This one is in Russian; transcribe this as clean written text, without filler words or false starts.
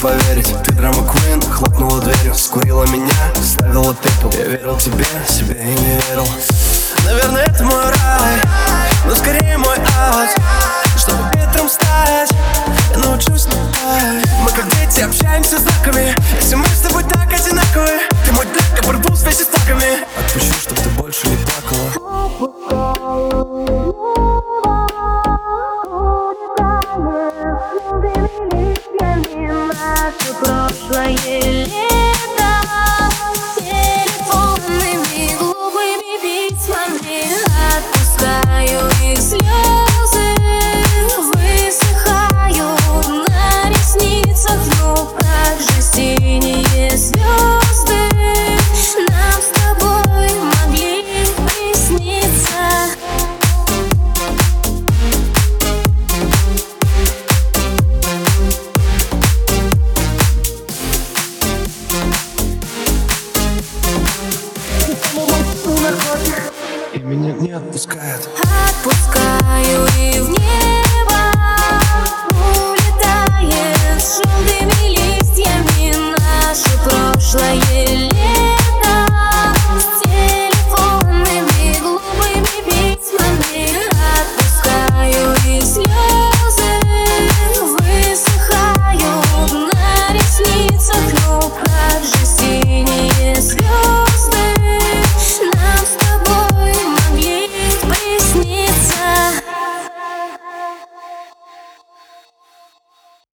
поверить. Ты драма квин, хлопнула дверью, скурила меня, ставила пепел. Я верил тебе, себе и не верил. Наверное, это мой рай, но скорее мой ад. Чтобы ветром стать, я научусь летать. Мы как дети общаемся знаками. Если мы с тобой так одинаковые, ты мой Black Apple вместе с флагами. Отпущу, чтоб ты больше не плакала. Прошлое лето телефонными глупыми письмами отпускаю их слезы, высыхают на ресницах, но как же синие звезды нам с тобой могли присниться. И меня не отпускает. Отпускаю и в небо